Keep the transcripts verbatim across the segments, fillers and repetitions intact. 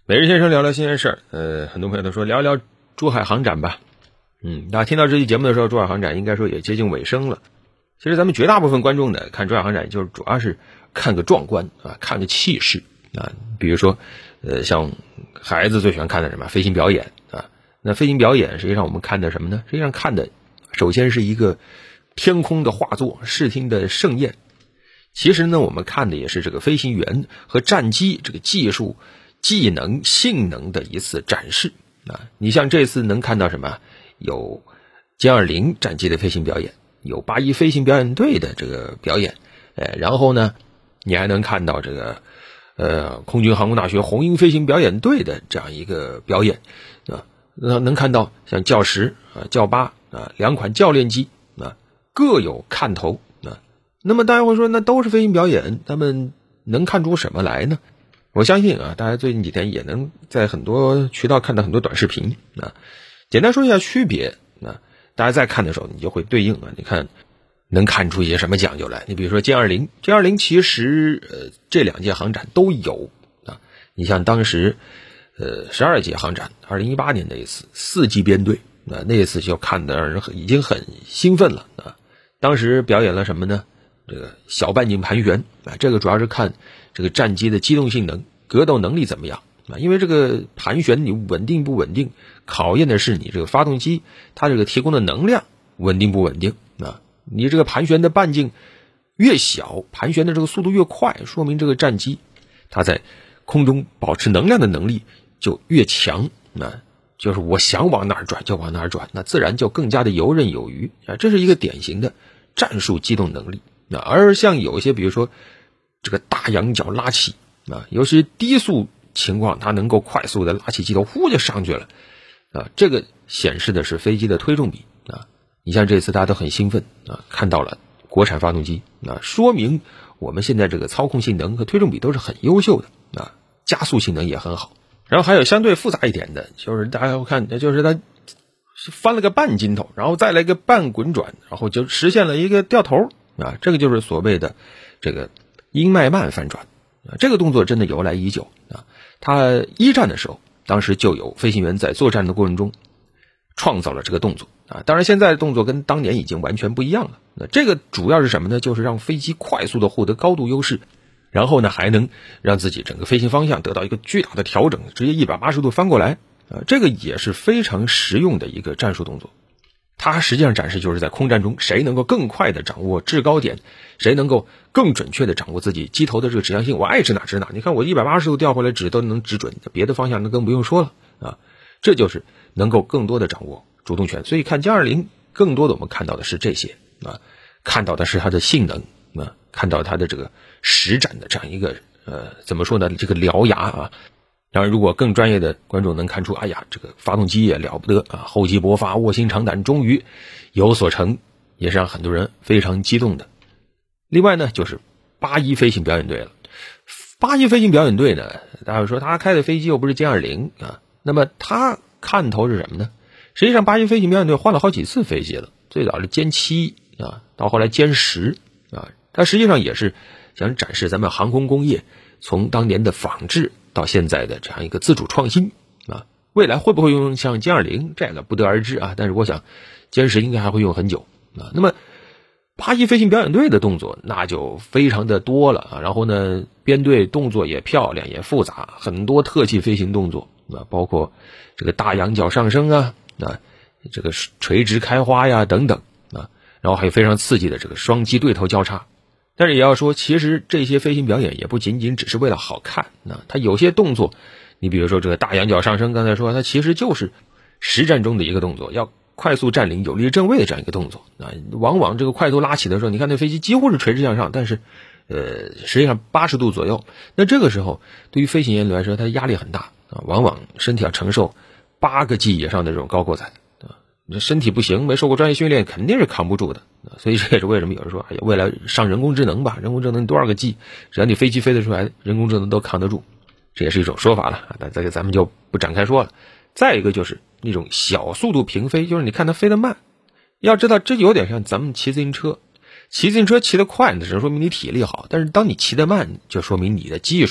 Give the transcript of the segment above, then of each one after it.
每日先生聊聊新鲜事儿，呃，很多朋友都说聊聊珠海航展吧。嗯，大家听到这期节目的时候，珠海航展应该说也接近尾声了。其实咱们绝大部分观众呢，看珠海航展就是主要是看个壮观啊，看个气势啊。比如说，呃，像孩子最喜欢看的什么飞行表演啊。那飞行表演实际上我们看的什么呢？实际上看的首先是一个天空的画作，视听的盛宴。其实呢，我们看的也是这个飞行员和战机这个技术、技能、性能的一次展示啊。你像这次能看到什么？有歼二零战机的飞行表演，有八一飞行表演队的这个表演，呃，然后呢，你还能看到这个呃空军航空大学红鹰飞行表演队的这样一个表演啊，能看到像教十啊、教八啊两款教练机啊各有看头啊。那么大家会说，那都是飞行表演，他们能看出什么来呢？我相信啊，大家最近几天也能在很多渠道看到很多短视频啊。简单说一下区别，那大家在看的时候，你就会对应啊，你看能看出一些什么讲究来。你比如说歼二零，歼二零其实呃这两届航展都有啊。你像当时呃十二届航展，二零一八年那一次四机编队，那那一次就看得让人已经很兴奋了啊。当时表演了什么呢？这个小半径盘旋啊，这个主要是看这个战机的机动性能、格斗能力怎么样啊？因为这个盘旋你稳定不稳定，考验的是你这个发动机它这个提供的能量稳定不稳定啊。你这个盘旋的半径越小，盘旋的这个速度越快，说明这个战机它在空中保持能量的能力就越强啊。就是我想往哪儿转就往哪儿转，那自然就更加的游刃有余啊。这是一个典型的战术机动能力。那而像有一些比如说这个大仰角拉起啊，尤其低速情况，它能够快速的拉起机头，呼就上去了啊，这个显示的是飞机的推重比啊。你像这次大家都很兴奋啊，看到了国产发动机啊，说明我们现在这个操控性能和推重比都是很优秀的啊，加速性能也很好。然后还有相对复杂一点的，就是大家看，就是它翻了个半筋头，然后再来一个半滚转，然后就实现了一个掉头啊，这个就是所谓的这个英迈曼翻转啊，这个动作真的由来已久啊。它一战的时候，当时就有飞行员在作战的过程中创造了这个动作啊。当然现在的动作跟当年已经完全不一样了。那这个主要是什么呢？就是让飞机快速的获得高度优势，然后呢还能让自己整个飞行方向得到一个巨大的调整，直接一百八十度翻过来啊，这个也是非常实用的一个战术动作。它实际上展示就是在空战中谁能够更快的掌握制高点，谁能够更准确的掌握自己机头的这个指向性，我爱指哪指哪。你看我一百八十度调回来指都能指准，别的方向那更不用说了啊。这就是能够更多的掌握主动权。所以看歼二零更多的我们看到的是这些啊，看到的是它的性能啊，看到它的这个实战的这样一个呃怎么说呢，这个獠牙啊。当然如果更专业的观众能看出，哎呀这个发动机也了不得啊，厚积薄发，卧薪尝胆，终于有所成，也是让很多人非常激动的。另外呢就是八一飞行表演队了。八一飞行表演队呢，大家说他开的飞机又不是歼二零啊，那么他看头是什么呢？实际上八一飞行表演队换了好几次飞机了，最早是歼七啊，到后来歼十啊，它实际上也是想展示咱们航空工业从当年的仿制到现在的这样一个自主创新啊。未来会不会用像歼二零，这个不得而知啊，但是我想歼十应该还会用很久啊。那么八一飞行表演队的动作那就非常的多了啊，然后呢编队动作也漂亮也复杂，很多特技飞行动作啊，包括这个大仰角上升啊啊，这个垂直开花呀等等啊，然后还有非常刺激的这个双机对头交叉。但是也要说，其实这些飞行表演也不仅仅只是为了好看啊，它有些动作，你比如说这个大仰角上升，刚才说它其实就是实战中的一个动作，要快速占领有利正位的这样一个动作啊。往往这个快速拉起的时候，你看那飞机几乎是垂直向上，但是呃实际上八十度左右，那这个时候对于飞行员来说，他压力很大啊，往往身体要承受八个 G 以上的这种高过载啊，你身体不行，没受过专业训练，肯定是扛不住的啊。所以这也是为什么有人说，哎呀，未来上人工智能吧，人工智能多少个 G， 只要你飞机飞得出来，人工智能都扛得住，这也是一种说法了啊。那这个咱们就不展开说了。再一个就是那种小速度平飞，就是你看它飞得慢，要知道这有点像咱们骑自行车，骑自行车骑得快，那只能说明你体力好，但是当你骑得慢，就说明你的技术好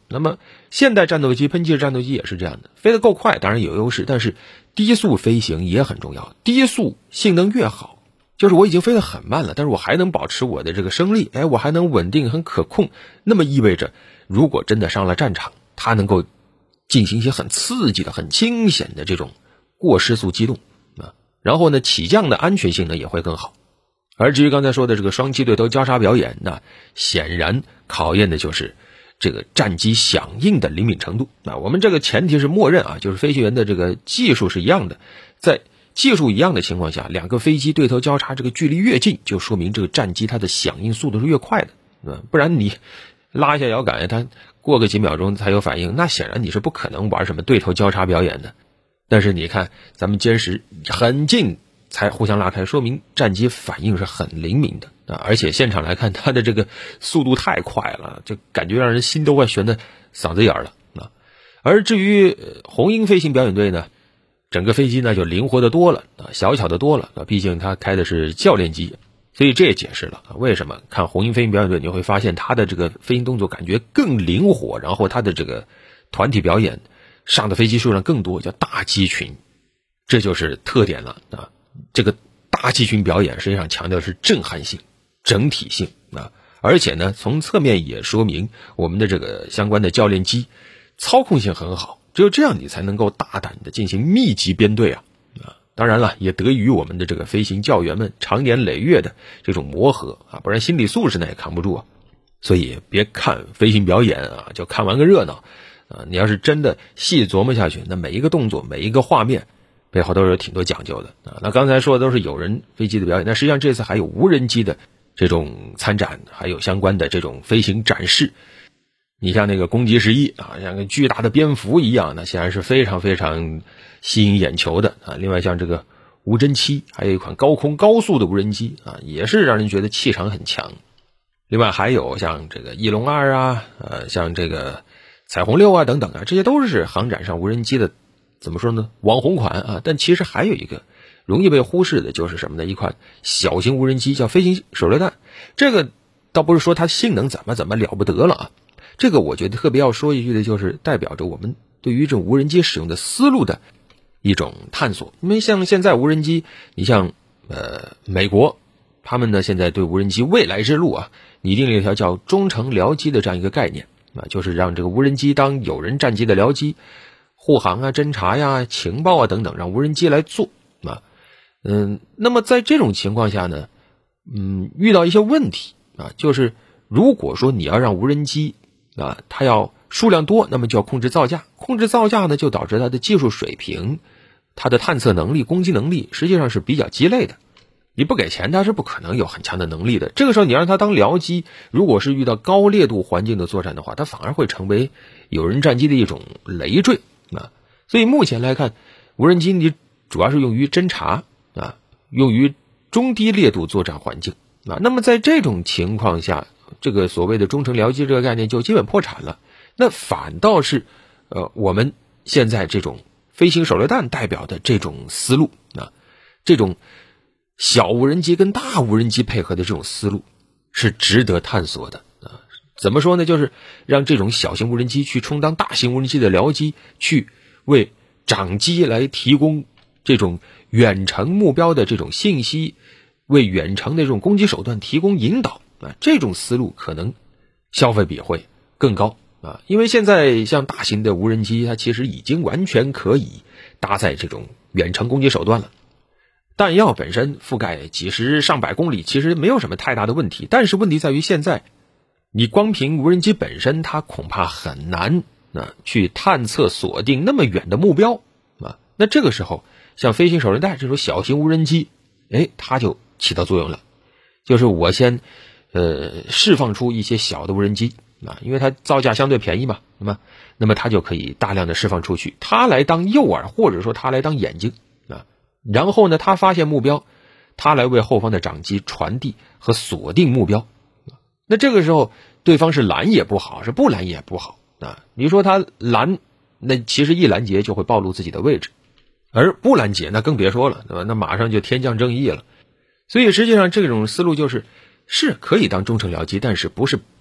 那么现代战斗机、喷气式战斗机也是这样的，飞得够快当然有优势，但是低速飞行也很重要。低速性能越好，就是我已经飞得很慢了，但是我还能保持我的这个升力，哎，我还能稳定很可控，那么意味着如果真的上了战场，它能够进行一些很刺激的、很惊险的这种过失速机动啊，然后呢，起降的安全性呢也会更好。而至于刚才说的这个双机对头交叉表演，那显然考验的就是这个战机响应的灵敏程度。那我们这个前提是默认啊，就是飞行员的这个技术是一样的，在技术一样的情况下，两个飞机对头交叉，这个距离越近，就说明这个战机它的响应速度是越快的，不然你拉一下摇杆，它过个几秒钟才有反应，那显然你是不可能玩什么对头交叉表演的。但是你看咱们歼十很近才互相拉开，说明战机反应是很灵敏的啊！而且现场来看，它的这个速度太快了，就感觉让人心都快悬在嗓子眼了啊！而至于红鹰飞行表演队呢，整个飞机呢就灵活的多了啊，小巧的多了啊，毕竟它开的是教练机，所以这也解释了啊为什么看红鹰飞行表演队你会发现它的这个飞行动作感觉更灵活，然后它的这个团体表演上的飞机数量更多，叫大机群，这就是特点了啊！这个大机群表演实际上强调的是震撼性、整体性啊，而且呢，从侧面也说明我们的这个相关的教练机操控性很好，只有这样你才能够大胆的进行密集编队啊啊！当然了，也得益于我们的这个飞行教员们长年累月的这种磨合啊，不然心理素质呢也扛不住啊。所以别看飞行表演啊，就看完个热闹啊，你要是真的细琢磨下去，那每一个动作、每一个画面背后都是有挺多讲究的啊。那刚才说的都是有人飞机的表演，那实际上这次还有无人机的这种参展，还有相关的这种飞行展示。你像那个攻击十一啊，像个巨大的蝙蝠一样，那显然是非常非常吸引眼球的啊。另外像这个无侦七，还有一款高空高速的无人机啊，也是让人觉得气场很强。另外还有像这个翼龙二啊，呃，像这个彩虹六啊等等啊，这些都是航展上无人机的怎么说呢？网红款啊，但其实还有一个容易被忽视的就是什么呢？一款小型无人机叫飞行手榴弹。这个倒不是说它性能怎么怎么了不得了啊，这个我觉得特别要说一句的就是代表着我们对于这种无人机使用的思路的一种探索。因为像现在无人机，你像呃美国，他们呢现在对无人机未来之路啊，拟定了一条叫中程僚机的这样一个概念啊，就是让这个无人机当有人战机的僚机，护航啊、侦察呀、情报啊等等，让无人机来做啊。嗯，那么在这种情况下呢，嗯，遇到一些问题啊，就是如果说你要让无人机啊，它要数量多，那么就要控制造价，控制造价呢，就导致它的技术水平、它的探测能力、攻击能力实际上是比较鸡肋的。你不给钱，它是不可能有很强的能力的。这个时候你让它当僚机，如果是遇到高烈度环境的作战的话，它反而会成为有人战机的一种累赘啊。所以目前来看，无人机你主要是用于侦察啊，用于中低烈度作战环境啊。那么在这种情况下，这个所谓的中程僚机这个概念就基本破产了。那反倒是呃我们现在这种飞行手榴弹代表的这种思路啊，这种小无人机跟大无人机配合的这种思路是值得探索的啊。怎么说呢？就是让这种小型无人机去充当大型无人机的僚机，去为长机来提供这种远程目标的这种信息，为远程的这种攻击手段提供引导啊。这种思路可能消费比会更高啊，因为现在像大型的无人机，它其实已经完全可以搭载这种远程攻击手段了。弹药本身覆盖几十上百公里，其实没有什么太大的问题。但是问题在于现在，你光凭无人机本身，它恐怕很难啊去探测锁定那么远的目标啊。那这个时候，像飞行手榴弹这种小型无人机，哎，它就起到作用了。就是我先呃释放出一些小的无人机啊，因为它造价相对便宜嘛，那么那么它就可以大量的释放出去，它来当诱饵，或者说它来当眼睛啊。然后呢，他发现目标，他来为后方的长机传递和锁定目标。那这个时候，对方是拦也不好，是不拦也不好啊。你说他拦，那其实一拦截就会暴露自己的位置，而不拦截那更别说了，对吧？那马上就天降正义了。所以实际上这种思路就是是可以当中程僚机，但是不是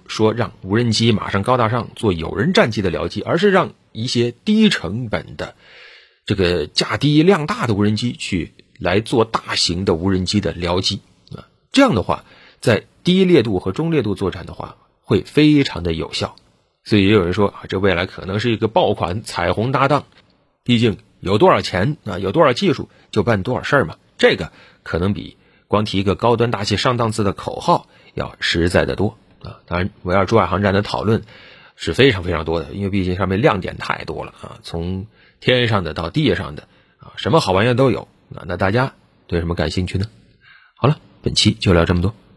说让无人机马上高大上做有人战机的僚机，而是让一些低成本的这个价低量大的无人机去来做大型的无人机的僚机啊。这样的话，在低烈度和中烈度作战的话，会非常的有效。所以也有人说啊，这未来可能是一个爆款彩虹搭档，毕竟有多少钱啊，有多少技术就办多少事儿嘛。这个可能比光提一个高端大气上档次的口号要实在的多啊。当然，围绕珠海航展的讨论是非常非常多的，因为毕竟上面亮点太多了啊，从天上的到地上的啊，什么好玩意都有啊。那大家对什么感兴趣呢？好了，本期就聊这么多。